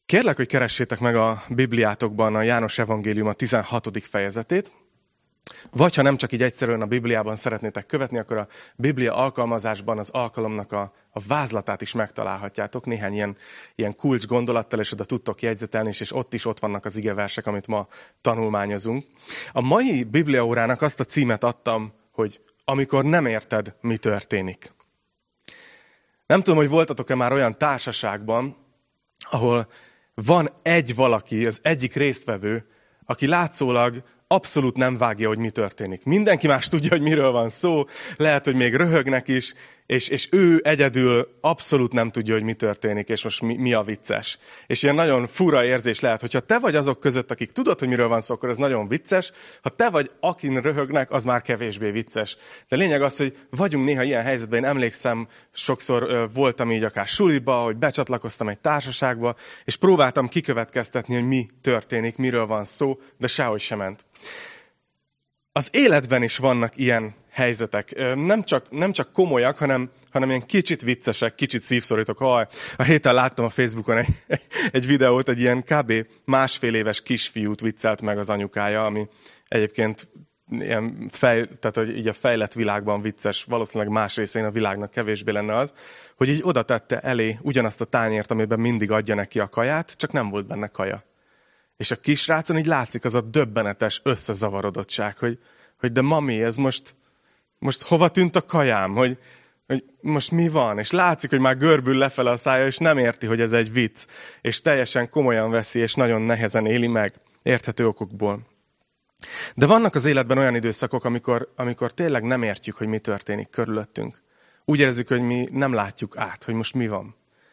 Kérlek, hogy keressétek meg a Bibliátokban a János Evangélium a 16. fejezetét, vagy ha nem csak így egyszerűen a Bibliában szeretnétek követni, akkor a Biblia alkalmazásban az alkalomnak a vázlatát is megtalálhatjátok, néhány ilyen kulcs gondolattal, és oda tudtok jegyzetelni, és ott is ott vannak az igeversek, amit ma tanulmányozunk. A mai Bibliaórának azt a címet adtam, hogy amikor nem érted, mi történik. Nem tudom, hogy voltatok-e már olyan társaságban, ahol van egy valaki, az egyik résztvevő, aki látszólag abszolút nem vágja, hogy mi történik. Mindenki más tudja, hogy miről van szó, lehet, hogy még röhögnek is, és ő egyedül abszolút nem tudja, hogy mi történik, és most mi a vicces. És ilyen nagyon fura érzés lehet, hogyha te vagy azok között, akik tudod, hogy miről van szó, akkor ez nagyon vicces, ha te vagy, akin röhögnek, az már kevésbé vicces. De lényeg az, hogy vagyunk néha ilyen helyzetben, én emlékszem, sokszor voltam így akár suliba, hogy becsatlakoztam egy társaságba, és próbáltam kikövetkeztetni, hogy mi történik, miről van szó, de sehogy sem ment. Az életben is vannak ilyen helyzetek. Nem csak komolyak, hanem ilyen kicsit viccesek, kicsit szívszorítok. A héten láttam a Facebookon egy videót, egy ilyen kb. Másfél éves kisfiút viccelt meg az anyukája, ami egyébként ilyen tehát hogy így a fejlett világban vicces, valószínűleg más részén a világnak kevésbé lenne az, hogy így oda tette elé ugyanazt a tányért, amiben mindig adja neki a kaját, csak nem volt benne kaja. És a kisrácon így látszik az a döbbenetes összezavarodottság, hogy de mami, ez most hova tűnt a kajám, hogy most mi van? És látszik, hogy már görbül lefele a szája, és nem érti, hogy ez egy vicc, és teljesen komolyan veszi, és nagyon nehezen éli meg, érthető okokból. De vannak az életben olyan időszakok, amikor tényleg nem értjük, hogy mi történik körülöttünk. Úgy érezzük, hogy mi nem látjuk át, hogy most mi van.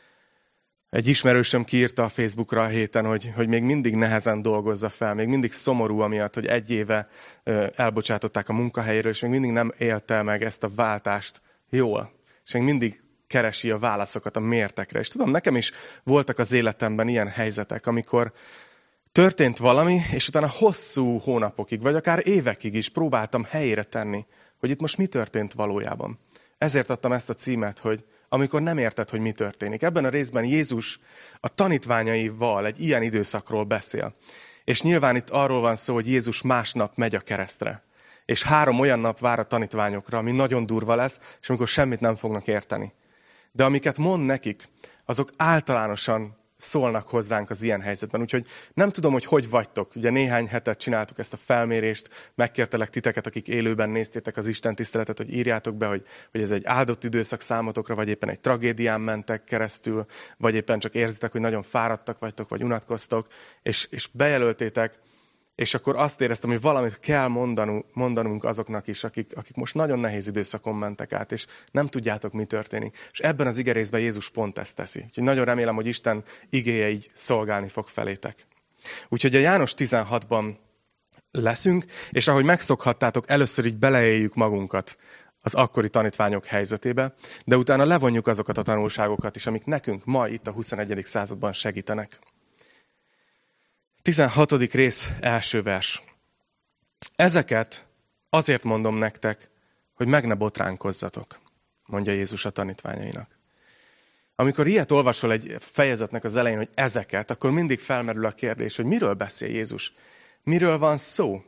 Egy ismerősöm kiírta a Facebookra a héten, hogy még mindig nehezen dolgozza fel, még mindig szomorú amiatt, hogy 1 éve elbocsátották a munkahelyéről, és még mindig nem élte meg ezt a váltást jól. És még mindig keresi a válaszokat a miértekre. És tudom, nekem is voltak az életemben ilyen helyzetek, amikor történt valami, és utána hosszú hónapokig, vagy akár évekig is próbáltam helyére tenni, hogy itt most mi történt valójában. Ezért adtam ezt a címet, hogy amikor nem érted, hogy mi történik. Ebben a részben Jézus a tanítványaival egy ilyen időszakról beszél. És nyilván itt arról van szó, hogy Jézus másnap megy a keresztre. És 3 olyan nap vár a tanítványokra, ami nagyon durva lesz, és amikor semmit nem fognak érteni. De amiket mond nekik, azok általánosan szólnak hozzánk az ilyen helyzetben. Úgyhogy nem tudom, hogy vagytok. Ugye néhány hetet csináltuk ezt a felmérést, megkértelek titeket, akik élőben néztétek az Isten tiszteletet, hogy írjátok be, hogy ez egy áldott időszak számotokra, vagy éppen egy tragédián mentek keresztül, vagy éppen csak érzitek, hogy nagyon fáradtak vagytok, vagy unatkoztok, és bejelöltétek, és akkor azt éreztem, hogy valamit kell mondanunk azoknak is, akik most nagyon nehéz időszakon mentek át, és nem tudjátok, mi történik. És ebben az igerészben Jézus pont ezt teszi. Úgyhogy nagyon remélem, hogy Isten igéje így szolgálni fog felétek. Úgyhogy a János 16-ban leszünk, és ahogy megszokhattátok, először így beleéljük magunkat az akkori tanítványok helyzetébe, de utána levonjuk azokat a tanulságokat is, amik nekünk ma itt a 21. században segítenek. 16. rész, első vers. Ezeket azért mondom nektek, hogy meg ne botránkozzatok, mondja Jézus a tanítványainak. Amikor ilyet olvasol egy fejezetnek az elején, hogy ezeket, akkor mindig felmerül a kérdés, hogy miről beszél Jézus? Miről van szó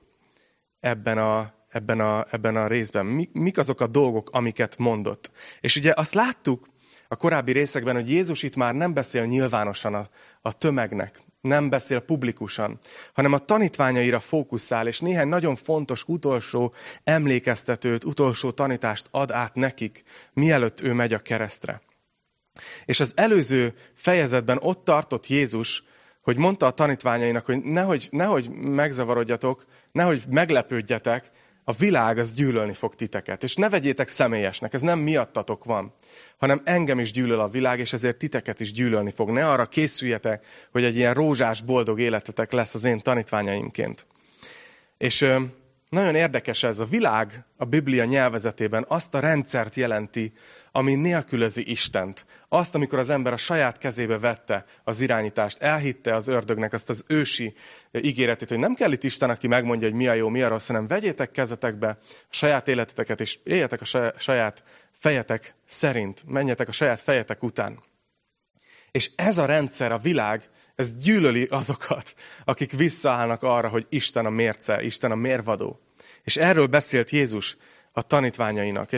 ebben a részben? Mik azok a dolgok, amiket mondott? És ugye azt láttuk a korábbi részekben, hogy Jézus itt már nem beszél nyilvánosan a tömegnek, nem beszél publikusan, hanem a tanítványaira fókuszál, és néhány nagyon fontos utolsó emlékeztetőt, utolsó tanítást ad át nekik, mielőtt ő megy a keresztre. És az előző fejezetben ott tartott Jézus, hogy mondta a tanítványainak, hogy nehogy megzavarodjatok, nehogy meglepődjetek, a világ az gyűlölni fog titeket. És ne vegyétek személyesnek, ez nem miattatok van, hanem engem is gyűlöl a világ, és ezért titeket is gyűlölni fog. Ne arra készüljetek, hogy egy ilyen rózsás, boldog életetek lesz az én tanítványaimként. És nagyon érdekes ez. A világ a Biblia nyelvezetében azt a rendszert jelenti, ami nélkülözi Istent. Azt, amikor az ember a saját kezébe vette az irányítást, elhitte az ördögnek azt az ősi ígéretét, hogy nem kell itt Isten, aki megmondja, hogy mi a jó, mi a rossz, hanem vegyétek kezetekbe a saját életeteket, és éljetek a saját fejetek szerint, menjetek a saját fejetek után. És ez a rendszer, a világ, Ez gyűlöli azokat, akik visszaállnak arra, hogy Isten a mérce, Isten a mérvadó. És erről beszélt Jézus a tanítványainak,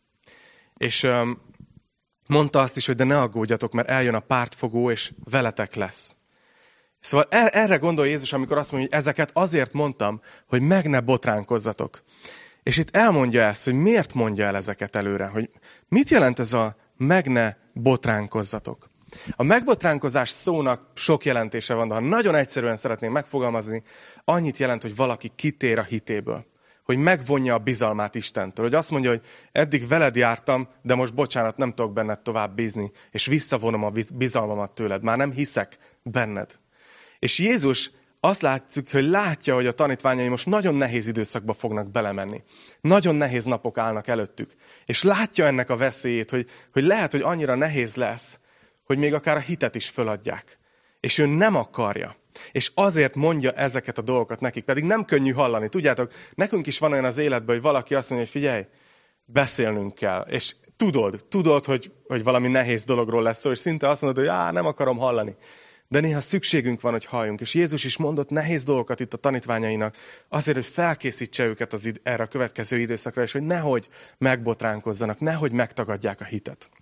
és mondta azt is, hogy de ne aggódjatok, mert eljön a pártfogó, és veletek lesz. Szóval erre gondol Jézus, amikor azt mondja, hogy ezeket azért mondtam, hogy meg ne botránkozzatok. És itt elmondja ezt, hogy miért mondja el ezeket előre, hogy mit jelent ez a meg ne botránkozzatok. A megbotránkozás szónak sok jelentése van, de ha nagyon egyszerűen szeretném megfogalmazni, annyit jelent, hogy valaki kitér a hitéből. Hogy megvonja a bizalmát Istentől. Hogy azt mondja, hogy eddig veled jártam, de most bocsánat, nem tudok benned tovább bízni, és visszavonom a bizalmamat tőled. Már nem hiszek benned. És Jézus azt látszik, hogy látja, hogy a tanítványai most nagyon nehéz időszakba fognak belemenni. Nagyon nehéz napok állnak előttük. És látja ennek a veszélyét, hogy lehet, hogy annyira nehéz lesz, hogy még akár a hitet is föladják. És ő nem akarja. És azért mondja ezeket a dolgokat nekik, pedig nem könnyű hallani. Tudjátok, nekünk is van olyan az életben, hogy valaki azt mondja, hogy figyelj, beszélnünk kell. És tudod, hogy valami nehéz dologról lesz szó, és szinte azt mondod, hogy nem akarom hallani. De néha szükségünk van, hogy halljunk. És Jézus is mondott nehéz dolgokat itt a tanítványainak, azért, hogy felkészítse őket erre a következő időszakra, és hogy nehogy megbotránkozzanak, nehogy megtagadják a hitet.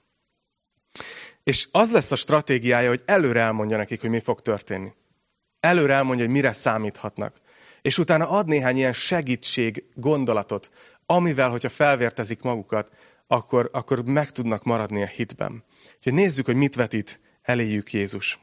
És az lesz a stratégiája, hogy előre elmondja nekik, hogy mi fog történni. Előre elmondja, hogy mire számíthatnak. És utána ad néhány ilyen segítség gondolatot, amivel, hogyha felvértezik magukat, akkor meg tudnak maradni a hitben. Úgyhogy nézzük, hogy mit vetít eléjük Jézus.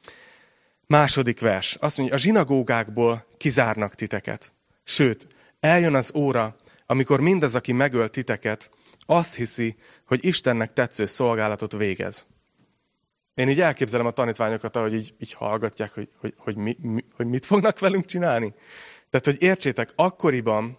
2. vers. Azt mondja, a zsinagógákból kizárnak titeket. Sőt, eljön az óra, amikor mindaz, aki megöl titeket, azt hiszi, hogy Istennek tetsző szolgálatot végez. Én így elképzelem a tanítványokat, ahogy így hallgatják, hogy mit fognak velünk csinálni. Tehát, hogy értsétek, akkoriban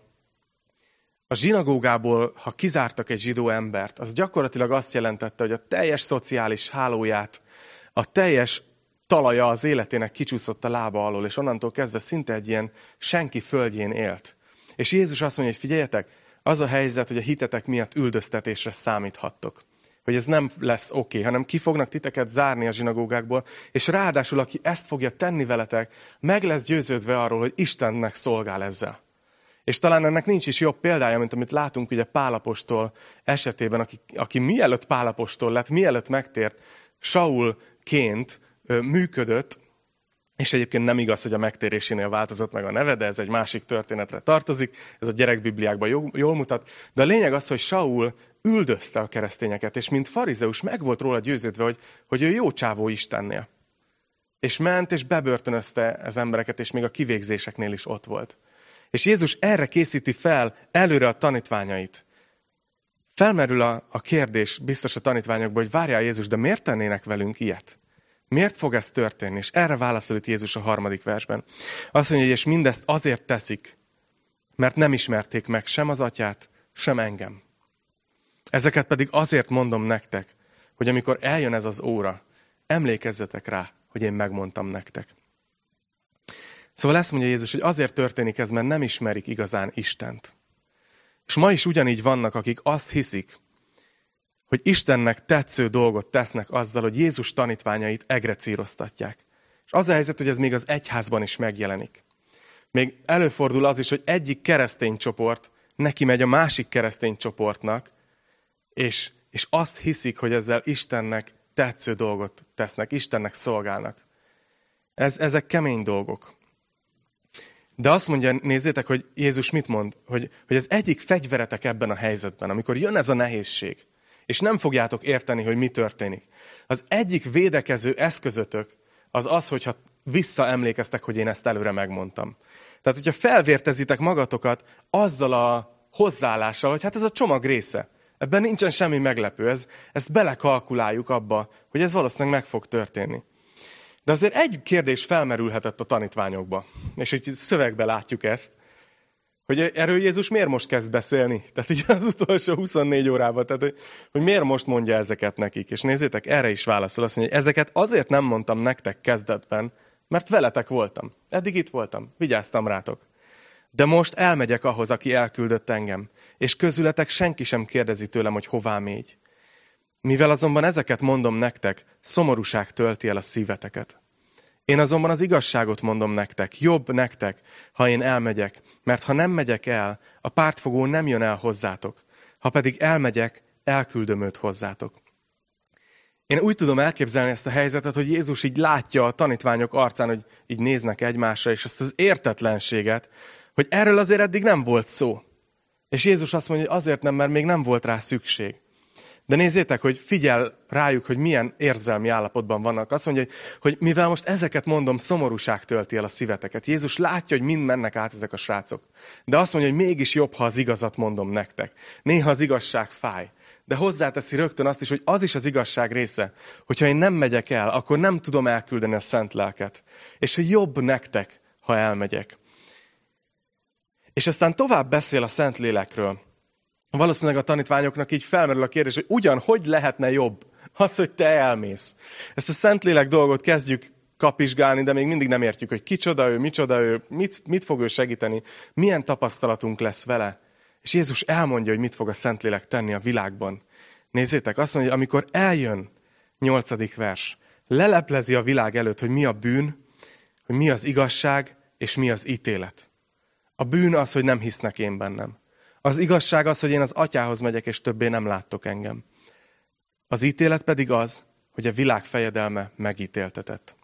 a zsinagógából, ha kizártak egy zsidó embert, az gyakorlatilag azt jelentette, hogy a teljes szociális hálóját, a teljes talaja az életének kicsúszott a lába alól, és onnantól kezdve szinte egy ilyen senki földjén élt. És Jézus azt mondja, hogy figyeljetek, az a helyzet, hogy a hitetek miatt üldöztetésre számíthattok. Hogy ez nem lesz oké, hanem ki fognak titeket zárni a zsinagógákból, és ráadásul, aki ezt fogja tenni veletek, meg lesz győződve arról, hogy Istennek szolgál ezzel. És talán ennek nincs is jobb példája, mint amit látunk ugye Pál apostol esetében, aki mielőtt Pál apostol lett, mielőtt megtért, Saulként működött, és egyébként nem igaz, hogy a megtérésénél változott meg a neve, de ez egy másik történetre tartozik, ez a gyerekbibliákban jól mutat. De a lényeg az, hogy Saul üldözte a keresztényeket, és mint farizeus meg volt róla győződve, hogy ő jó csávó Istennél. És ment, és bebörtönözte az embereket, és még a kivégzéseknél is ott volt. És Jézus erre készíti fel előre a tanítványait. Felmerül a kérdés biztos a tanítványokból, hogy várjál Jézus, de miért tennének velünk ilyet? Miért fog ez történni? És erre válaszol itt Jézus a 3. versben. Azt mondja, hogy és mindezt azért teszik, mert nem ismerték meg sem az atyát, sem engem. Ezeket pedig azért mondom nektek, hogy amikor eljön ez az óra, emlékezzetek rá, hogy én megmondtam nektek. Szóval ezt mondja Jézus, hogy azért történik ez, mert nem ismerik igazán Istent. És ma is ugyanígy vannak, akik azt hiszik, hogy Istennek tetsző dolgot tesznek azzal, hogy Jézus tanítványait egrecíroztatják. És az a helyzet, hogy ez még az egyházban is megjelenik. Még előfordul az is, hogy egyik keresztény csoport neki megy a másik keresztény csoportnak, és azt hiszik, hogy ezzel Istennek tetsző dolgot tesznek, Istennek szolgálnak. Ezek kemény dolgok. De azt mondja, nézzétek, hogy Jézus mit mond, hogy az egyik fegyveretek ebben a helyzetben, amikor jön ez a nehézség, és nem fogjátok érteni, hogy mi történik. Az egyik védekező eszközötök az, hogyha visszaemlékeztek, hogy én ezt előre megmondtam. Tehát, hogyha felvértezitek magatokat azzal a hozzáállással, hogy hát ez a csomag része. Ebben nincsen semmi meglepő. Ezt belekalkuláljuk abba, hogy ez valószínűleg meg fog történni. De azért egy kérdés felmerülhetett a tanítványokba. És így szövegben látjuk ezt, hogy erről Jézus miért most kezd beszélni? Tehát így az utolsó 24 órában, tehát hogy miért most mondja ezeket nekik. És nézzétek, erre is válaszol. Azt mondja, hogy ezeket azért nem mondtam nektek kezdetben, mert veletek voltam. Eddig itt voltam, vigyáztam rátok. De most elmegyek ahhoz, aki elküldött engem, és közületek senki sem kérdezi tőlem, hogy hová mégy. Mivel azonban ezeket mondom nektek, szomorúság tölti el a szíveteket. Én azonban az igazságot mondom nektek, jobb nektek, ha én elmegyek, mert ha nem megyek el, a pártfogó nem jön el hozzátok. Ha pedig elmegyek, elküldöm őt hozzátok. Én úgy tudom elképzelni ezt a helyzetet, hogy Jézus így látja a tanítványok arcán, hogy így néznek egymásra, és ezt az értetlenséget, hogy erről azért eddig nem volt szó. És Jézus azt mondja, hogy azért nem, mert még nem volt rá szükség. De nézzétek, hogy figyel rájuk, hogy milyen érzelmi állapotban vannak. Azt mondja, hogy mivel most ezeket mondom, szomorúság tölti el a szíveteket. Jézus látja, hogy mind mennek át ezek a srácok. De azt mondja, hogy mégis jobb, ha az igazat mondom nektek. Néha az igazság fáj. De hozzáteszi rögtön azt is, hogy az is az igazság része, hogyha én nem megyek el, akkor nem tudom elküldeni a szent lelket. És hogy jobb nektek, ha elmegyek. És aztán tovább beszél a szent lélekről. Valószínűleg a tanítványoknak így felmerül a kérdés, hogy hogy lehetne jobb az, hogy te elmész. Ezt a Szentlélek dolgot kezdjük kapizsgálni, de még mindig nem értjük, hogy kicsoda ő, micsoda ő, mit fog ő segíteni, milyen tapasztalatunk lesz vele. És Jézus elmondja, hogy mit fog a Szentlélek tenni a világban. Nézzétek, azt mondja, hogy amikor eljön, 8. vers, leleplezi a világ előtt, hogy mi a bűn, hogy mi az igazság, és mi az ítélet. A bűn az, hogy nem hisznek én bennem. Az igazság az, hogy én az Atyához megyek, és többé nem láttok engem. Az ítélet pedig az, hogy a világ fejedelme megítéltetett.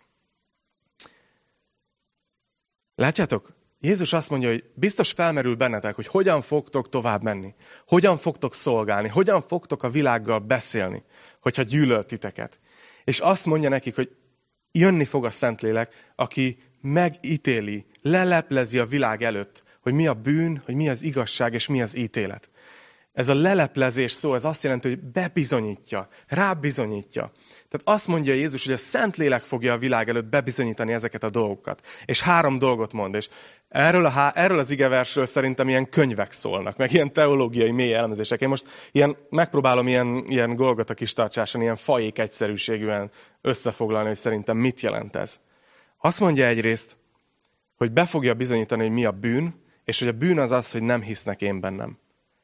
Látjátok? Jézus azt mondja, hogy biztos felmerül bennetek, hogy hogyan fogtok tovább menni, hogyan fogtok szolgálni, hogyan fogtok a világgal beszélni, hogyha gyűlöl titeket. És azt mondja nekik, hogy jönni fog a Szentlélek, aki megítéli, leleplezi a világ előtt, hogy mi a bűn, hogy mi az igazság, és mi az ítélet. Ez a leleplezés szó, ez azt jelenti, hogy bebizonyítja, rábizonyítja. Tehát azt mondja Jézus, hogy a Szentlélek fogja a világ előtt bebizonyítani ezeket a dolgokat. És 3 dolgot mond, és erről az igeversről szerintem ilyen könyvek szólnak, meg ilyen teológiai mély elemzések. Én most megpróbálom ilyen Golgota kis tartsáson, ilyen fajék egyszerűségűen összefoglalni, hogy szerintem mit jelent ez. Azt mondja egyrészt, hogy be fogja bizonyítani, hogy mi a bűn, és hogy a bűn az az, hogy nem hisznek én bennem.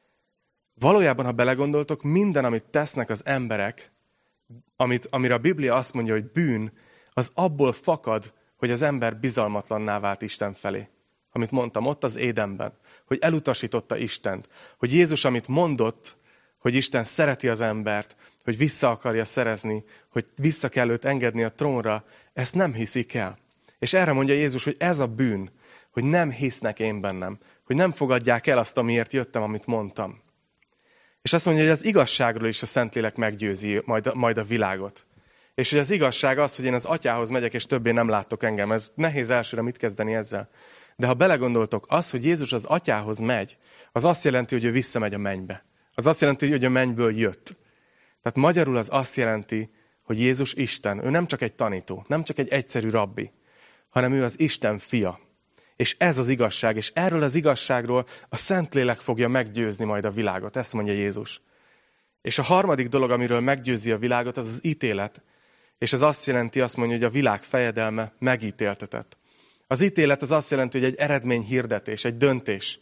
Valójában, ha belegondoltok, minden, amit tesznek az emberek, amire a Biblia azt mondja, hogy bűn, az abból fakad, hogy az ember bizalmatlanná vált Isten felé. Amit mondtam ott az Édenben, hogy elutasította Istent, hogy Jézus, amit mondott, hogy Isten szereti az embert, hogy vissza akarja szerezni, hogy vissza kell őt engedni a trónra, ezt nem hiszik el. És erre mondja Jézus, hogy ez a bűn, hogy nem hisznek én bennem, hogy nem fogadják el azt, amiért jöttem, amit mondtam. És azt mondja, hogy az igazságról is a Szentlélek meggyőzi majd a világot. És hogy az igazság az, hogy én az Atyához megyek, és többé nem láttok engem. Ez nehéz elsőre mit kezdeni ezzel. De ha belegondoltok, az, hogy Jézus az Atyához megy, az azt jelenti, hogy ő visszamegy a mennybe. Az azt jelenti, hogy a mennyből jött. Tehát magyarul az azt jelenti, hogy Jézus Isten. Ő nem csak egy tanító, nem csak egy egyszerű rabbi, hanem ő az Isten fia. És ez az igazság, és erről az igazságról a Szentlélek fogja meggyőzni majd a világot. Ezt mondja Jézus. És a harmadik dolog, amiről meggyőzi a világot, az az ítélet. És ez azt jelenti, azt mondja, hogy a világ fejedelme megítéltetett. Az ítélet az azt jelenti, hogy egy eredményhirdetés, egy döntés.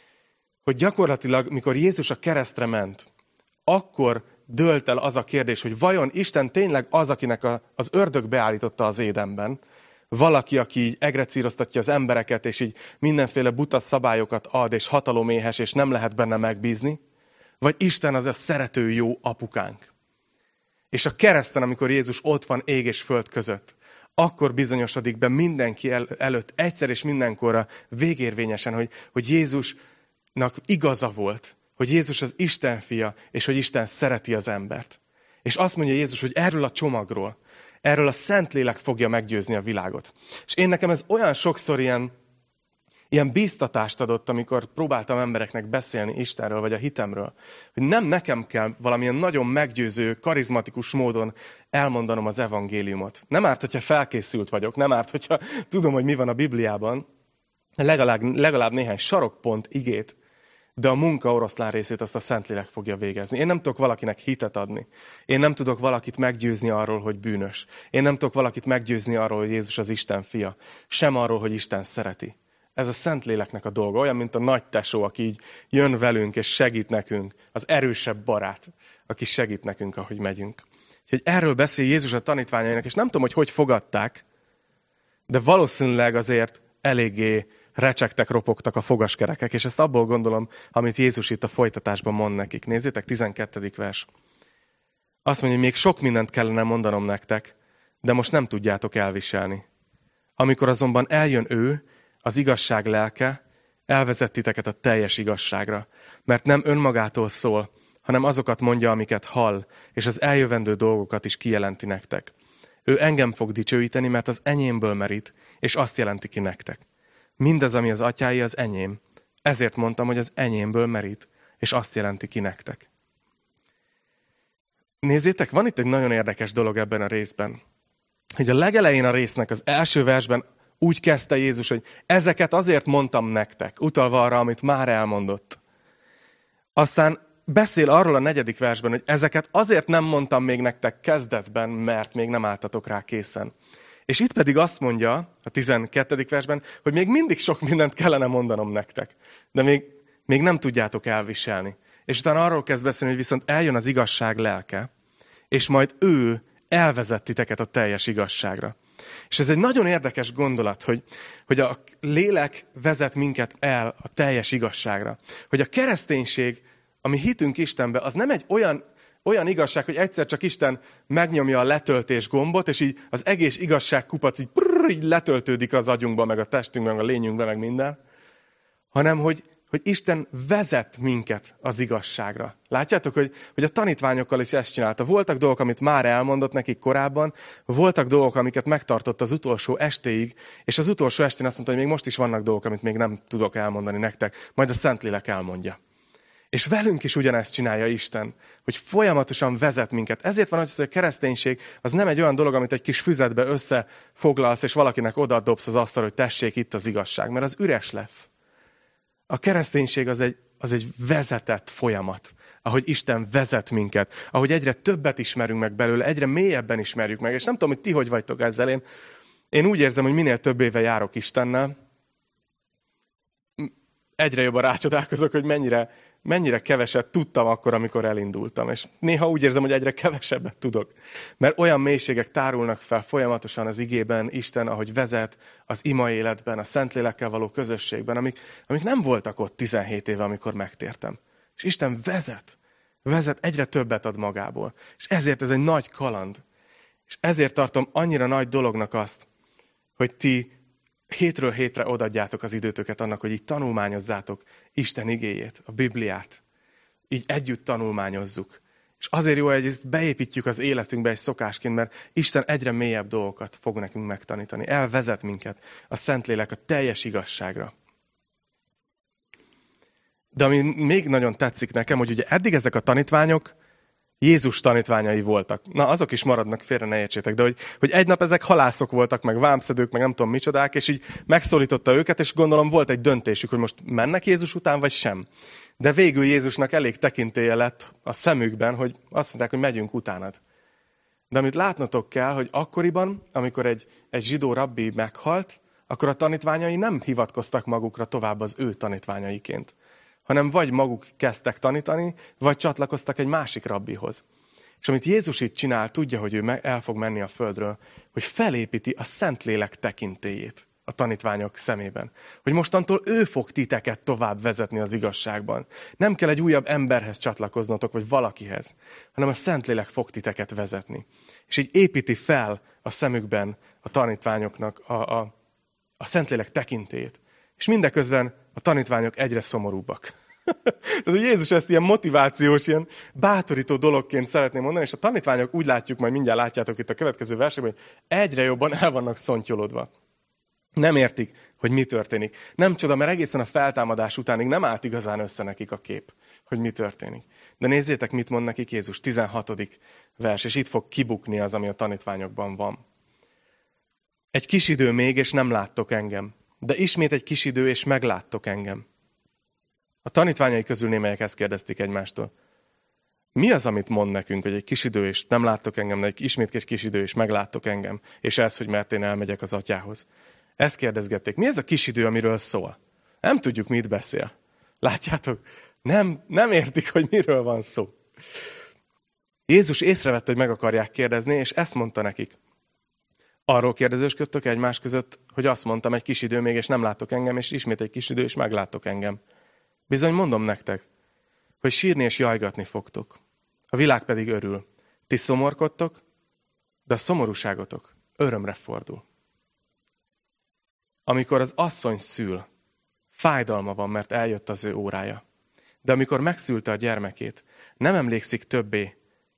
Hogy gyakorlatilag, mikor Jézus a keresztre ment, akkor dőlt el az a kérdés, hogy vajon Isten tényleg az, akinek az ördög beállította az Édenben, valaki, aki így egrecíroztatja az embereket, és így mindenféle buta szabályokat ad, és hataloméhes, és nem lehet benne megbízni, vagy Isten az a szerető jó apukánk. És a kereszten, amikor Jézus ott van ég és föld között, akkor bizonyosodik be mindenki előtt egyszer és mindenkorra végérvényesen, hogy Jézusnak igaza volt, hogy Jézus az Isten fia, és hogy Isten szereti az embert. És azt mondja Jézus, hogy erről a csomagról, erről a Szentlélek fogja meggyőzni a világot. És én nekem ez olyan sokszor ilyen bíztatást adott, amikor próbáltam embereknek beszélni Istenről, vagy a hitemről, hogy nem nekem kell valamilyen nagyon meggyőző, karizmatikus módon elmondanom az evangéliumot. Nem árt, hogyha felkészült vagyok, nem árt, hogyha tudom, hogy mi van a Bibliában, legalább néhány sarokpont igét, de a munka oroszlán részét azt a Szentlélek fogja végezni. Én nem tudok valakinek hitet adni. Én nem tudok valakit meggyőzni arról, hogy bűnös. Én nem tudok valakit meggyőzni arról, hogy Jézus az Isten fia. Sem arról, hogy Isten szereti. Ez a Szentléleknek a dolga. Olyan, mint a nagy tesó, aki így jön velünk és segít nekünk. Az erősebb barát, aki segít nekünk, ahogy megyünk. Úgyhogy erről beszél Jézus a tanítványainak, és nem tudom, hogy fogadták, de valószínűleg azért eléggé recsegtek, ropogtak a fogaskerekek, és ezt abból gondolom, amit Jézus itt a folytatásban mond nekik. Nézzétek, 12. vers. Azt mondja, hogy még sok mindent kellene mondanom nektek, de most nem tudjátok elviselni. Amikor azonban eljön ő, az igazság lelke, elvezet titeket a teljes igazságra, mert nem önmagától szól, hanem azokat mondja, amiket hall, és az eljövendő dolgokat is kijelenti nektek. Ő engem fog dicsőíteni, mert az enyémből merít, és azt jelenti ki nektek. Mindaz, ami az atyái, az enyém. Ezért mondtam, hogy az enyémből merít, és azt jelenti ki nektek. Nézzétek, van itt egy nagyon érdekes dolog ebben a részben. Hogy a legelején a résznek az első versben úgy kezdte Jézus, hogy ezeket azért mondtam nektek, utalva arra, amit már elmondott. Aztán beszél arról a 4. versben, hogy ezeket azért nem mondtam még nektek kezdetben, mert még nem álltatok rá készen. És itt pedig azt mondja a 12. versben, hogy még mindig sok mindent kellene mondanom nektek, de még nem tudjátok elviselni. És utána arról kezd beszélni, hogy viszont eljön az igazság lelke, és majd ő elvezet titeket a teljes igazságra. És ez egy nagyon érdekes gondolat, hogy a lélek vezet minket el a teljes igazságra. Hogy a kereszténység, ami hitünk Istenbe, az nem egy olyan igazság, hogy egyszer csak Isten megnyomja a letöltés gombot, és így az egész igazságkupac így letöltődik az agyunkba, meg a testünkben, meg a lényünkben, meg minden, hanem hogy Isten vezet minket az igazságra. Látjátok, hogy a tanítványokkal is ezt csinálta. Voltak dolgok, amit már elmondott nekik korábban, voltak dolgok, amiket megtartott az utolsó estéig, és az utolsó estén azt mondta, hogy még most is vannak dolgok, amit még nem tudok elmondani nektek, majd a Szentlélek elmondja. És velünk is ugyanezt csinálja Isten, hogy folyamatosan vezet minket. Ezért van az, hogy a kereszténység az nem egy olyan dolog, amit egy kis füzetbe összefoglalsz, és valakinek odadobsz az asztalra, hogy tessék, itt az igazság, mert az üres lesz. A kereszténység az egy vezetett folyamat, ahogy Isten vezet minket, ahogy egyre többet ismerünk meg belőle, egyre mélyebben ismerjük meg. És nem tudom, hogy ti hogy vagytok ezzel. Én úgy érzem, hogy minél több éve járok Istennel, egyre jobban rácsodálkozok, hogy mennyire keveset tudtam akkor, amikor elindultam. És néha úgy érzem, hogy egyre kevesebbet tudok. Mert olyan mélységek tárulnak fel folyamatosan az igében, Isten, ahogy vezet az ima életben, a Szentlélekkel való közösségben, amik nem voltak ott 17 éve, amikor megtértem. És Isten vezet, egyre többet ad magából. És ezért ez egy nagy kaland. És ezért tartom annyira nagy dolognak azt, hogy ti hétről hétre odaadjátok az időtöket annak, hogy így tanulmányozzátok Isten igéjét, a Bibliát. Így együtt tanulmányozzuk. És azért jó, hogy ezt beépítjük az életünkbe egy szokásként, mert Isten egyre mélyebb dolgokat fog nekünk megtanítani. Elvezet minket a Szentlélek a teljes igazságra. De ami még nagyon tetszik nekem, hogy ugye eddig ezek a tanítványok Jézus tanítványai voltak. Na, azok is maradnak, félre ne értsétek, de hogy egy nap ezek halászok voltak, meg vámszedők, meg nem tudom micsodák, és így megszólította őket, és gondolom volt egy döntésük, hogy most mennek Jézus után, vagy sem. De végül Jézusnak elég tekintélye lett a szemükben, hogy azt mondták, hogy megyünk utánad. De amit látnotok kell, hogy akkoriban, amikor egy zsidó rabbi meghalt, akkor a tanítványai nem hivatkoztak magukra tovább az ő tanítványaiként, hanem vagy maguk kezdtek tanítani, vagy csatlakoztak egy másik rabbihoz. És amit Jézus itt csinál, tudja, hogy ő el fog menni a földről, hogy felépíti a Szentlélek tekintélyét a tanítványok szemében. Hogy mostantól ő fog titeket tovább vezetni az igazságban. Nem kell egy újabb emberhez csatlakoznotok, vagy valakihez, hanem a Szentlélek fog titeket vezetni. És így építi fel a szemükben a tanítványoknak a Szentlélek tekintélyét. És mindeközben a tanítványok egyre szomorúbbak. Tehát Jézus ezt ilyen motivációs, ilyen bátorító dologként szeretné mondani, és a tanítványok úgy látjuk, majd mindjárt látjátok itt a következő versekben, hogy egyre jobban el vannak szontyolodva. Nem értik, hogy mi történik. Nem csoda, mert egészen a feltámadás utánig nem állt igazán össze nekik a kép, hogy mi történik. De nézzétek, mit mond nekik Jézus, 16. vers, és itt fog kibukni az, ami a tanítványokban van. Egy kis idő még, és nem láttok engem. De ismét egy kis idő, és megláttok engem. A tanítványai közül némelyek ezt kérdezték egymástól. Mi az, amit mond nekünk, hogy egy kis idő, és nem láttok engem, de ismét egy kis idő, és megláttok engem, és ez, hogy mert én elmegyek az atyához. Ezt kérdezgették. Mi ez a kis idő, amiről szól? Nem tudjuk, mit beszél. Látjátok? Nem értik, hogy miről van szó. Jézus észrevette, hogy meg akarják kérdezni, és ezt mondta nekik. Arról kérdezősködtök egymás között, hogy azt mondtam, egy kis idő még, és nem láttok engem, és ismét egy kis idő, és megláttok engem. Bizony mondom nektek, hogy sírni és jajgatni fogtok. A világ pedig örül. Ti szomorkodtok, de a szomorúságotok örömre fordul. Amikor az asszony szül, fájdalma van, mert eljött az ő órája. De amikor megszülte a gyermekét, nem emlékszik többé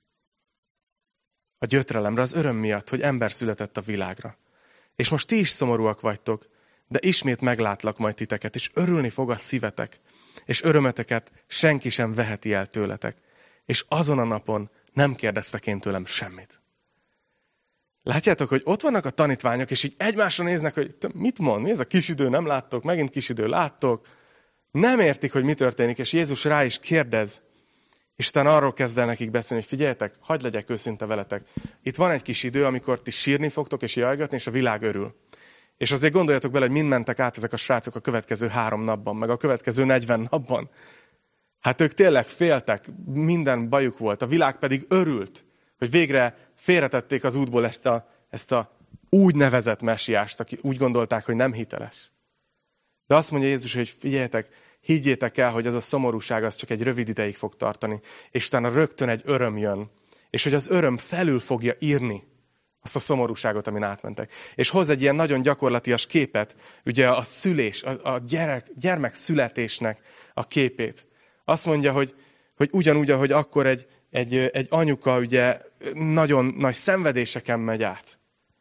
a gyötrelemre, az öröm miatt, hogy ember született a világra. És most ti is szomorúak vagytok, de ismét meglátlak majd titeket, és örülni fog a szívetek, és örömeteket senki sem veheti el tőletek. És azon a napon nem kérdeztek én tőlem semmit. Látjátok, hogy ott vannak a tanítványok, és így egymásra néznek, hogy mit mond, mi ez a kis idő, nem láttok, megint kis idő, láttok. Nem értik, hogy mi történik, és Jézus rá is kérdez, és utána arról kezd el nekik beszélni, hogy figyeljetek, hagyd legyek őszinte veletek. Itt van egy kis idő, amikor ti sírni fogtok, és jajgatni, és a világ örül. És azért gondoljatok bele, hogy mind mentek át ezek a srácok a következő 3 napban, meg a következő 40 napban. Hát ők tényleg féltek, minden bajuk volt, a világ pedig örült, hogy végre félretették az útból ezt a úgynevezett messiást, aki úgy gondolták, hogy nem hiteles. De azt mondja Jézus, hogy figyeljetek, higgyétek el, hogy ez a szomorúság az csak egy rövid ideig fog tartani, és utána rögtön egy öröm jön, és hogy az öröm felül fogja írni azt a szomorúságot, amin átmentek. És hoz egy ilyen nagyon gyakorlatias képet, ugye a szülés, a gyermek születésnek a képét. Azt mondja, hogy ugyanúgy, ahogy akkor egy anyuka ugye nagyon nagy szenvedéseken megy át.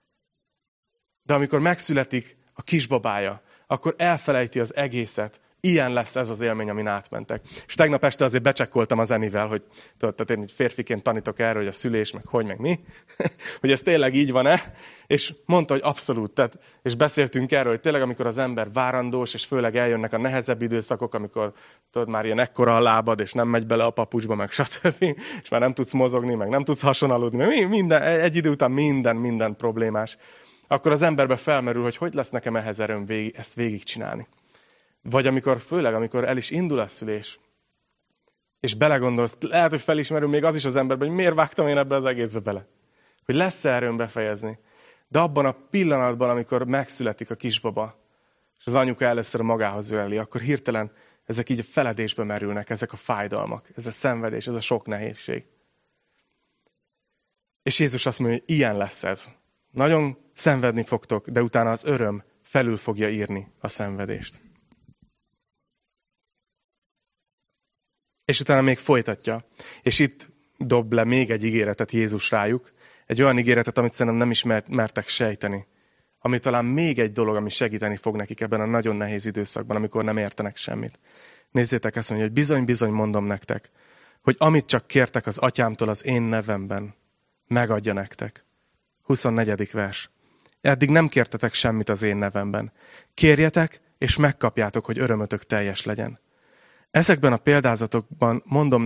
De amikor megszületik a kisbabája, akkor elfelejti az egészet. Ilyen lesz ez az élmény, amin átmentek. És tegnap este azért becsekkoltam az Enivel, hogy tehát én férfiként tanítok erről, hogy a szülés, meg mi, hogy ez tényleg így van-e, és mondta, hogy abszolút. Tehát, és beszéltünk erről, hogy tényleg amikor az ember várandós, és főleg eljönnek a nehezebb időszakok, amikor tudod, már ilyen ekkora a lábad, és nem megy bele a papucsba, meg stb., és már nem tudsz mozogni, meg nem tudsz hasonaludni, meg minden, egy idő után minden problémás, akkor az emberbe felmerül, hogy lesz nekem ehhez erőm ezt végigcsinálni. Vagy főleg amikor el is indul a szülés, és belegondolsz, lehet, hogy felismerül még az is az emberben, hogy miért vágtam én ebbe az egészbe bele. Hogy lesz-e erőm befejezni. De abban a pillanatban, amikor megszületik a kisbaba, és az anyuka először magához öleli, akkor hirtelen ezek így a feledésbe merülnek, ezek a fájdalmak, ez a szenvedés, ez a sok nehézség. És Jézus azt mondja, hogy ilyen lesz ez. Nagyon szenvedni fogtok, de utána az öröm felül fogja írni a szenvedést. És utána még folytatja. És itt dob le még egy ígéretet Jézus rájuk. Egy olyan ígéretet, amit szerintem nem is mertek sejteni. Ami talán még egy dolog, ami segíteni fog nekik ebben a nagyon nehéz időszakban, amikor nem értenek semmit. Nézzétek, ezt mondja, hogy bizony mondom nektek, hogy amit csak kértek az atyámtól az én nevemben, megadja nektek. 24. vers. Eddig nem kértetek semmit az én nevemben. Kérjetek, és megkapjátok, hogy örömötök teljes legyen. Ezeket példázatokban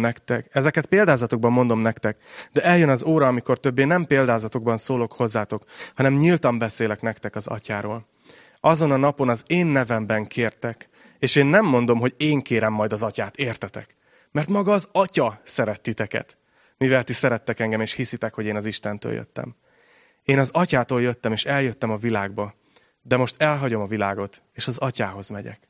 mondom nektek, de eljön az óra, amikor többé nem példázatokban szólok hozzátok, hanem nyíltan beszélek nektek az atyáról. Azon a napon az én nevemben kértek, és én nem mondom, hogy én kérem majd az atyát, értetek? Mert maga az atya szeret titeket, mivel ti szerettek engem, és hiszitek, hogy én az Istentől jöttem. Én az atyától jöttem, és eljöttem a világba, de most elhagyom a világot, és az atyához megyek.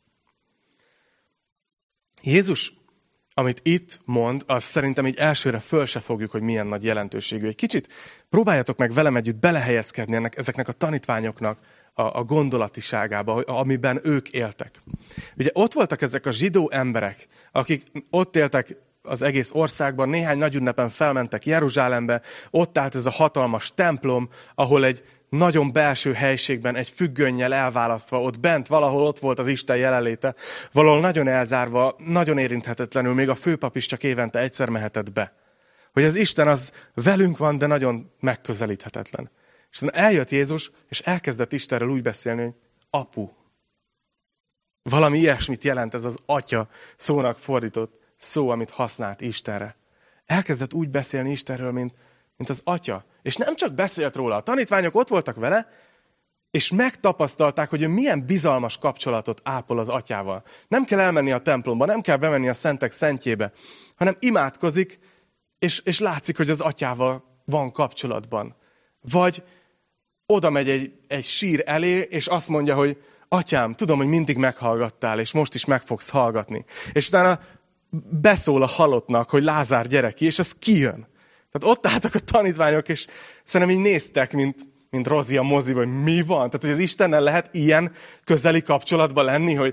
Jézus, amit itt mond, az szerintem így elsőre föl se fogjuk, hogy milyen nagy jelentőségű. Egy kicsit próbáljatok meg velem együtt belehelyezkedni ezeknek a tanítványoknak a gondolatiságába, amiben ők éltek. Ugye ott voltak ezek a zsidó emberek, akik ott éltek az egész országban, néhány nagy ünnepen felmentek Jeruzsálembe, ott állt ez a hatalmas templom, ahol egy nagyon belső helységben, egy függönnyel elválasztva, ott bent, valahol ott volt az Isten jelenléte, valahol nagyon elzárva, nagyon érinthetetlenül, még a főpap is csak évente egyszer mehetett be. Hogy az Isten az velünk van, de nagyon megközelíthetetlen. És eljött Jézus, és elkezdett Istenről úgy beszélni, hogy apu. Valami ilyesmit jelent ez az atya szónak fordított szó, amit használt Istenre. Elkezdett úgy beszélni Istenről, mint az atya. És nem csak beszélt róla, a tanítványok ott voltak vele, és megtapasztalták, hogy ő milyen bizalmas kapcsolatot ápol az atyával. Nem kell elmenni a templomba, nem kell bemenni a szentek szentjébe, hanem imádkozik, és látszik, hogy az atyával van kapcsolatban. Vagy oda megy egy sír elé, és azt mondja, hogy atyám, tudom, hogy mindig meghallgattál, és most is meg fogsz hallgatni. És utána beszól a halottnak, hogy Lázár, gyere ki, és az kijön. Tehát ott álltak a tanítványok, és szerintem így néztek, mint Rozi a moziba, hogy mi van. Tehát, hogy az Istennel lehet ilyen közeli kapcsolatban lenni, hogy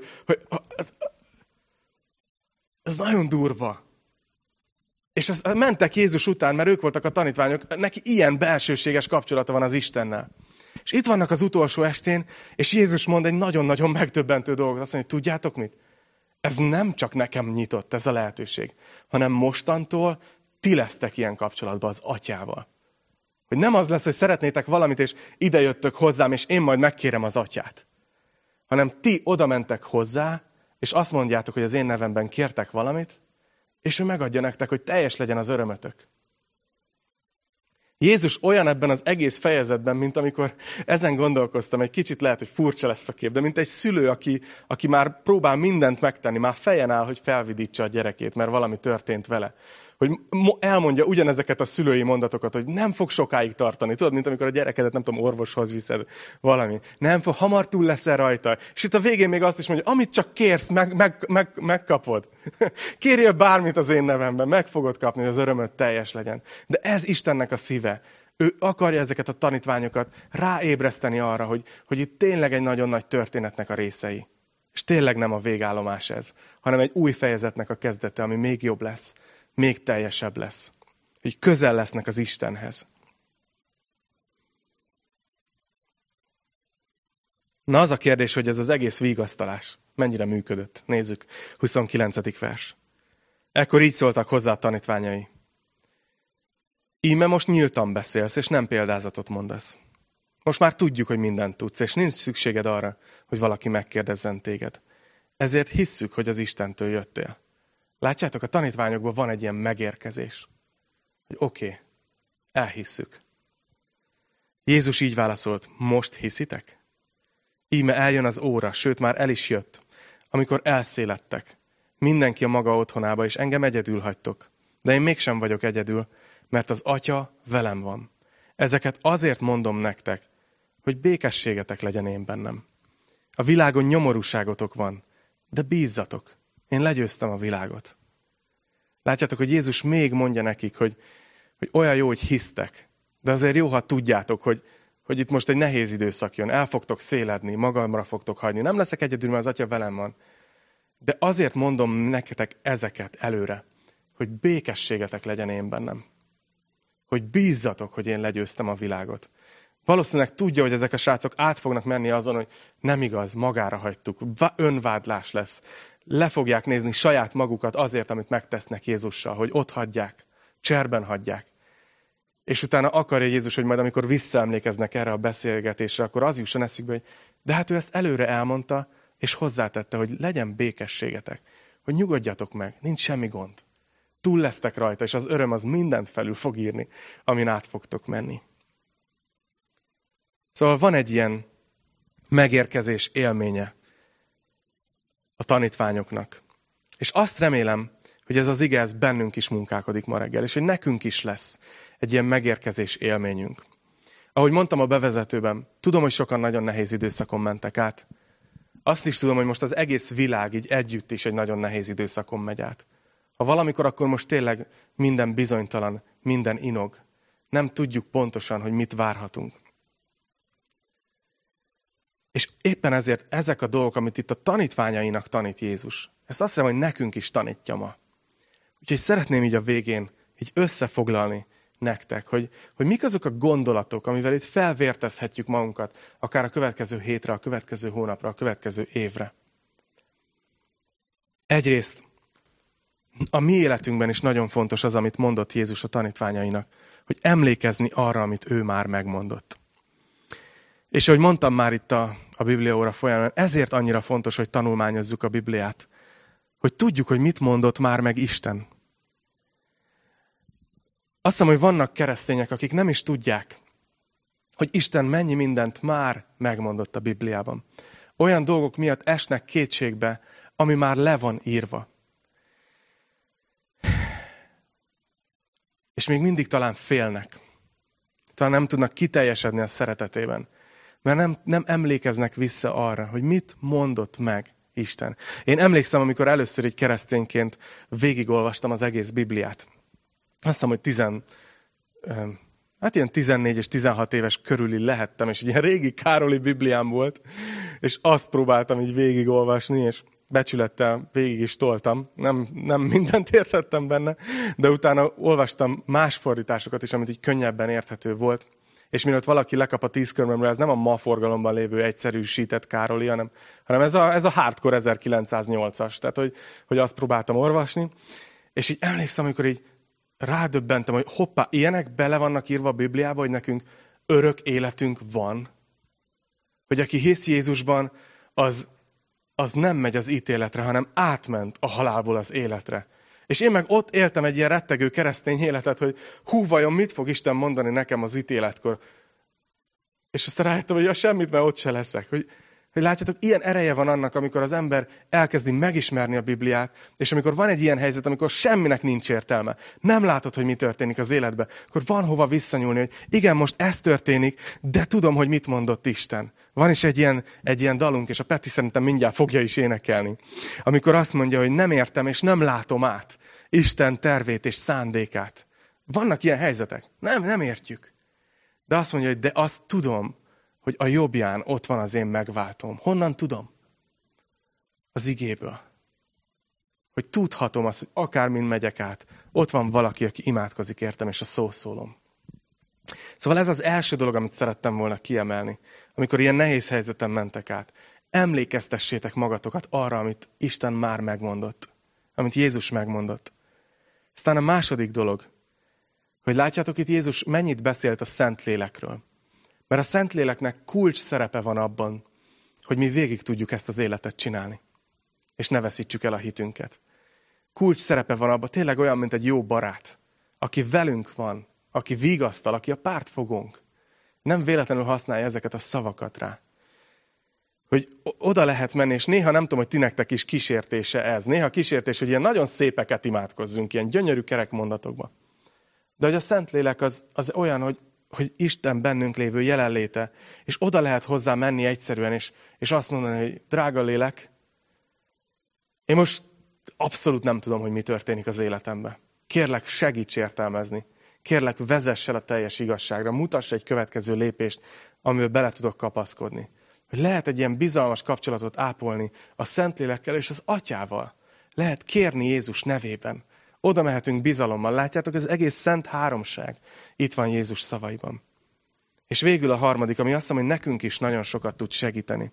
ez nagyon durva. És mentek Jézus után, mert ők voltak a tanítványok, neki ilyen belsőséges kapcsolata van az Istennel. És itt vannak az utolsó estén, és Jézus mond egy nagyon-nagyon megdöbbentő dolgot. Azt mondja, hogy tudjátok mit? Ez nem csak nekem nyitott ez a lehetőség, hanem mostantól ti lesztek ilyen kapcsolatban az atyával. Hogy nem az lesz, hogy szeretnétek valamit, és ide jöttök hozzám, és én majd megkérem az atyát. Hanem ti oda mentek hozzá, és azt mondjátok, hogy az én nevemben kértek valamit, és ő megadja nektek, hogy teljes legyen az örömötök. Jézus olyan ebben az egész fejezetben, mint amikor ezen gondolkoztam, egy kicsit lehet, hogy furcsa lesz a kép, de mint egy szülő, aki már próbál mindent megtenni, már fejen áll, hogy felvidítsa a gyerekét, mert valami történt vele. Hogy elmondja ugyanezeket a szülői mondatokat, hogy nem fog sokáig tartani. Tudod, mint amikor a gyerekedet, nem tudom, orvoshoz viszed valami. Nem fog, hamar túl leszel rajta. És itt a végén még azt is mondja, amit csak kérsz, megkapod. Kérjél bármit az én nevemben, meg fogod kapni, hogy az örömöd teljes legyen. De ez Istennek a szíve. Ő akarja ezeket a tanítványokat ráébreszteni arra, hogy itt tényleg egy nagyon nagy történetnek a részei. És tényleg nem a végállomás ez, hanem egy új fejezetnek a kezdete, ami még jobb lesz. Még teljesebb lesz. Hogy közel lesznek az Istenhez. Na az a kérdés, hogy ez az egész vigasztalás mennyire működött. Nézzük, 29. vers. Ekkor így szóltak hozzá a tanítványai. Íme most nyíltan beszélsz, és nem példázatot mondasz. Most már tudjuk, hogy mindent tudsz, és nincs szükséged arra, hogy valaki megkérdezzen téged. Ezért hisszük, hogy az Istentől jöttél. Látjátok, a tanítványokban van egy ilyen megérkezés. Hogy oké, elhisszük. Jézus így válaszolt, most hiszitek? Íme eljön az óra, sőt már el is jött, amikor elszéledtek. Mindenki a maga otthonába, és engem egyedül hagytok. De én mégsem vagyok egyedül, mert az Atya velem van. Ezeket azért mondom nektek, hogy békességetek legyen én bennem. A világon nyomorúságotok van, de bízzatok. Én legyőztem a világot. Látjátok, hogy Jézus még mondja nekik, hogy olyan jó, hogy hisztek. De azért jó, ha tudjátok, hogy itt most egy nehéz időszak jön. El fogtok széledni, magamra fogtok hagyni. Nem leszek egyedül, mert az Atya velem van. De azért mondom nektek ezeket előre, hogy békességetek legyen én bennem. Hogy bízzatok, hogy én legyőztem a világot. Valószínűleg tudja, hogy ezek a srácok át fognak menni azon, hogy nem igaz, magára hagytuk. Önvádlás lesz. Le fogják nézni saját magukat azért, amit megtesznek Jézussal, hogy ott hagyják, cserben hagyják. És utána akarja Jézus, hogy majd amikor visszaemlékeznek erre a beszélgetésre, akkor az jusson eszükbe, hogy de hát ő ezt előre elmondta, és hozzátette, hogy legyen békességetek, hogy nyugodjatok meg, nincs semmi gond. Túl lesztek rajta, és az öröm az mindent felül fog írni, amin át fogtok menni. Szóval van egy ilyen megérkezés élménye a tanítványoknak. És azt remélem, hogy ez az ige ez bennünk is munkálkodik ma reggel, és hogy nekünk is lesz egy ilyen megérkezés élményünk. Ahogy mondtam a bevezetőben, tudom, hogy sokan nagyon nehéz időszakon mentek át. Azt is tudom, hogy most az egész világ így együtt is egy nagyon nehéz időszakon megy át. Ha valamikor, akkor most tényleg minden bizonytalan, minden inog. Nem tudjuk pontosan, hogy mit várhatunk. És éppen ezért ezek a dolgok, amit itt a tanítványainak tanít Jézus, ezt azt hiszem, hogy nekünk is tanítja ma. Úgyhogy szeretném így a végén így összefoglalni nektek, hogy mik azok a gondolatok, amivel itt felvértezhetjük magunkat, akár a következő hétre, a következő hónapra, a következő évre. Egyrészt a mi életünkben is nagyon fontos az, amit mondott Jézus a tanítványainak, hogy emlékezni arra, amit ő már megmondott. És ahogy mondtam már itt a Bibliaóra folyamán, ezért annyira fontos, hogy tanulmányozzuk a Bibliát, hogy tudjuk, hogy mit mondott már meg Isten. Azt hiszem, hogy vannak keresztények, akik nem is tudják, hogy Isten mennyi mindent már megmondott a Bibliában. Olyan dolgok miatt esnek kétségbe, ami már le van írva. És még mindig talán félnek. talán nem tudnak kiteljesedni a szeretetében. Mert nem emlékeznek vissza arra, hogy mit mondott meg Isten. Én emlékszem, amikor először így keresztényként végigolvastam az egész Bibliát. Azt hiszem, hogy ilyen 14 és 16 éves körüli lehettem, és egy ilyen régi Károli Bibliám volt, és azt próbáltam így végigolvasni, és becsülettel végig is toltam. Nem mindent értettem benne, de utána olvastam más fordításokat is, amit így könnyebben érthető volt. És mielőtt valaki lekap a 10 körmömre, ez nem a ma forgalomban lévő egyszerűsített Károli, hanem ez a hardcore 1908-as. Tehát, hogy azt próbáltam olvasni. És így emlékszem, amikor így rádöbbentem, hogy hoppá, ilyenek bele vannak írva a Bibliába, hogy nekünk örök életünk van. Hogy aki hisz Jézusban, az nem megy az ítéletre, hanem átment a halálból az életre. És én meg ott éltem egy ilyen rettegő keresztény életet, hogy vajon mit fog Isten mondani nekem az ítéletkor. És aztán rájöttem, hogy semmit, mert ott se leszek. Hogy látjátok, ilyen ereje van annak, amikor az ember elkezdi megismerni a Bibliát, és amikor van egy ilyen helyzet, amikor semminek nincs értelme, nem látod, hogy mi történik az életben, akkor van hova visszanyúlni, hogy igen, most ez történik, de tudom, hogy mit mondott Isten. Van is egy ilyen dalunk, és a Peti szerintem mindjárt fogja is énekelni, amikor azt mondja, hogy nem értem, és nem látom át Isten tervét és szándékát. Vannak ilyen helyzetek. Nem értjük. De azt mondja, hogy de azt tudom, hogy a jobbján ott van az én megváltom. Honnan tudom? Az igéből. Hogy tudhatom azt, hogy akármin megyek át, ott van valaki, aki imádkozik értem, és a szószólom. Szóval ez az első dolog, amit szerettem volna kiemelni, amikor ilyen nehéz helyzeten mentek át. Emlékeztessétek magatokat arra, amit Isten már megmondott, amit Jézus megmondott. Aztán a második dolog, hogy látjátok itt Jézus mennyit beszélt a Szentlélekről. Mert a Szentléleknek kulcs szerepe van abban, hogy mi végig tudjuk ezt az életet csinálni. És ne veszítsük el a hitünket. Kulcs szerepe van abban, tényleg olyan, mint egy jó barát, aki velünk van, aki vigasztal, aki a pártfogónk. Nem véletlenül használja ezeket a szavakat rá. Hogy oda lehet menni, és néha nem tudom, hogy ti nektek is kísértése ez. Néha kísértés, hogy ilyen nagyon szépeket imádkozzunk, ilyen gyönyörű kerek mondatokba. De hogy a Szentlélek az olyan, hogy Isten bennünk lévő jelenléte, és oda lehet hozzá menni egyszerűen, és azt mondani, hogy drága lélek, én most abszolút nem tudom, hogy mi történik az életemben. Kérlek, segíts értelmezni. Kérlek, vezess el a teljes igazságra. Mutass egy következő lépést, amivel bele tudok kapaszkodni. Hogy lehet egy ilyen bizalmas kapcsolatot ápolni a Szentlélekkel és az Atyával. Lehet kérni Jézus nevében. Oda mehetünk bizalommal. Látjátok, ez egész szent háromság. Itt van Jézus szavaiban. És végül a harmadik, ami azt mondja, hogy nekünk is nagyon sokat tud segíteni.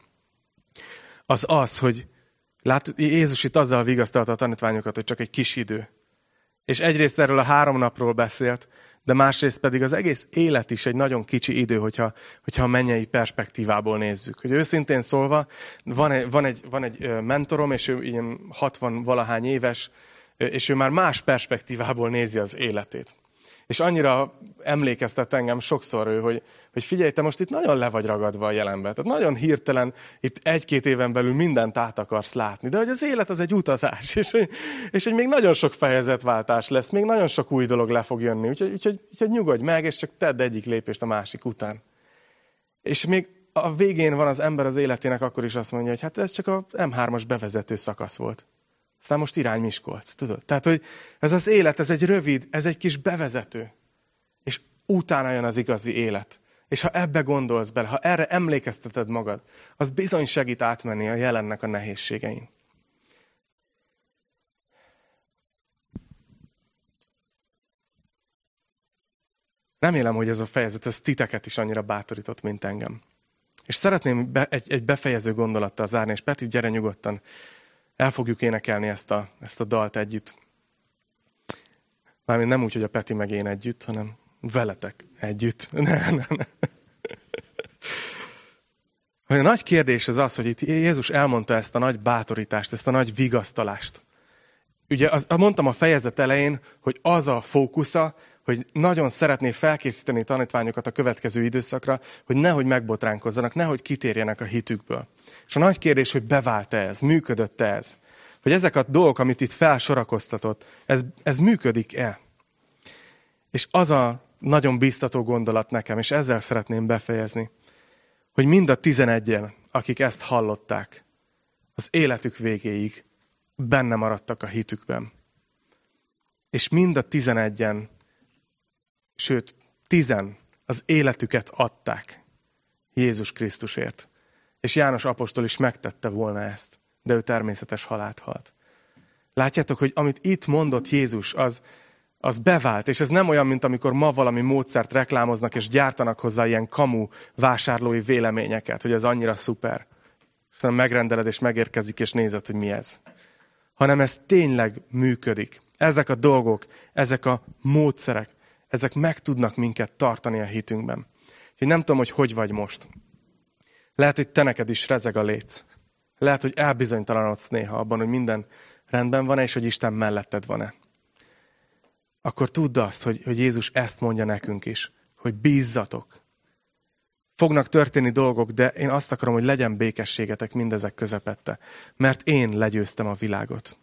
Az, hogy Jézus itt azzal vigasztalta a tanítványokat, hogy csak egy kis idő. És egyrészt erről a 3 napról beszélt, de másrészt pedig az egész élet is egy nagyon kicsi idő, hogyha a mennyei perspektívából nézzük. Hogy őszintén szólva, van egy mentorom, és ő ilyen 60-valahány éves, és ő már más perspektívából nézi az életét. És annyira emlékeztet engem sokszor ő, hogy figyelj, te most itt nagyon le vagy ragadva a jelenbe. Tehát nagyon hirtelen itt 1-2 éven belül mindent át akarsz látni. De hogy az élet az egy utazás, és hogy még nagyon sok fejezetváltás lesz, még nagyon sok új dolog le fog jönni. Úgyhogy nyugodj meg, és csak tedd egyik lépést a másik után. És még a végén van az ember az életének, akkor is azt mondja, hogy hát ez csak a M3-as bevezető szakasz volt. Aztán most irány Miskolc, tudod? Tehát, hogy ez az élet, ez egy rövid, ez egy kis bevezető. És utána jön az igazi élet. És ha ebbe gondolsz bele, ha erre emlékezteted magad, az bizony segít átmenni a jelennek a nehézségein. Remélem, hogy ez a fejezet, ez titeket is annyira bátorított, mint engem. És szeretném egy befejező gondolattal zárni, és Peti, gyere nyugodtan. El fogjuk énekelni ezt a dalt együtt. Mármint nem úgy, hogy a Peti meg én együtt, hanem veletek együtt. Ne. A nagy kérdés az, hogy itt Jézus elmondta ezt a nagy bátorítást, ezt a nagy vigasztalást. Ugye mondtam a fejezet elején, hogy az a fókusza, hogy nagyon szeretné felkészíteni tanítványokat a következő időszakra, hogy nehogy megbotránkozzanak, nehogy kitérjenek a hitükből. És a nagy kérdés, hogy bevált-e ez, működött-e ez? Hogy ezek a dolgok, amit itt felsorakoztatott, ez működik-e? És az a nagyon biztató gondolat nekem, és ezzel szeretném befejezni, hogy mind a 11-en, akik ezt hallották, az életük végéig benne maradtak a hitükben. És mind a 11-en, sőt 10 az életüket adták Jézus Krisztusért. És János apostol is megtette volna ezt, de ő természetes halált halt. Látjátok, hogy amit itt mondott Jézus, az bevált, és ez nem olyan, mint amikor ma valami módszert reklámoznak, és gyártanak hozzá ilyen kamu vásárlói véleményeket, hogy ez annyira szuper. Aztán megrendeled, és megérkezik, és nézed, hogy mi ez. Hanem ez tényleg működik. Ezek a dolgok, ezek a módszerek, ezek meg tudnak minket tartani a hitünkben. Úgyhogy nem tudom, hogy vagy most. Lehet, hogy te neked is rezeg a léc. Lehet, hogy elbizonytalanodsz néha abban, hogy minden rendben van-e, és hogy Isten melletted van-e. Akkor tudd azt, hogy Jézus ezt mondja nekünk is, hogy bízzatok. Fognak történni dolgok, de én azt akarom, hogy legyen békességetek mindezek közepette, mert én legyőztem a világot.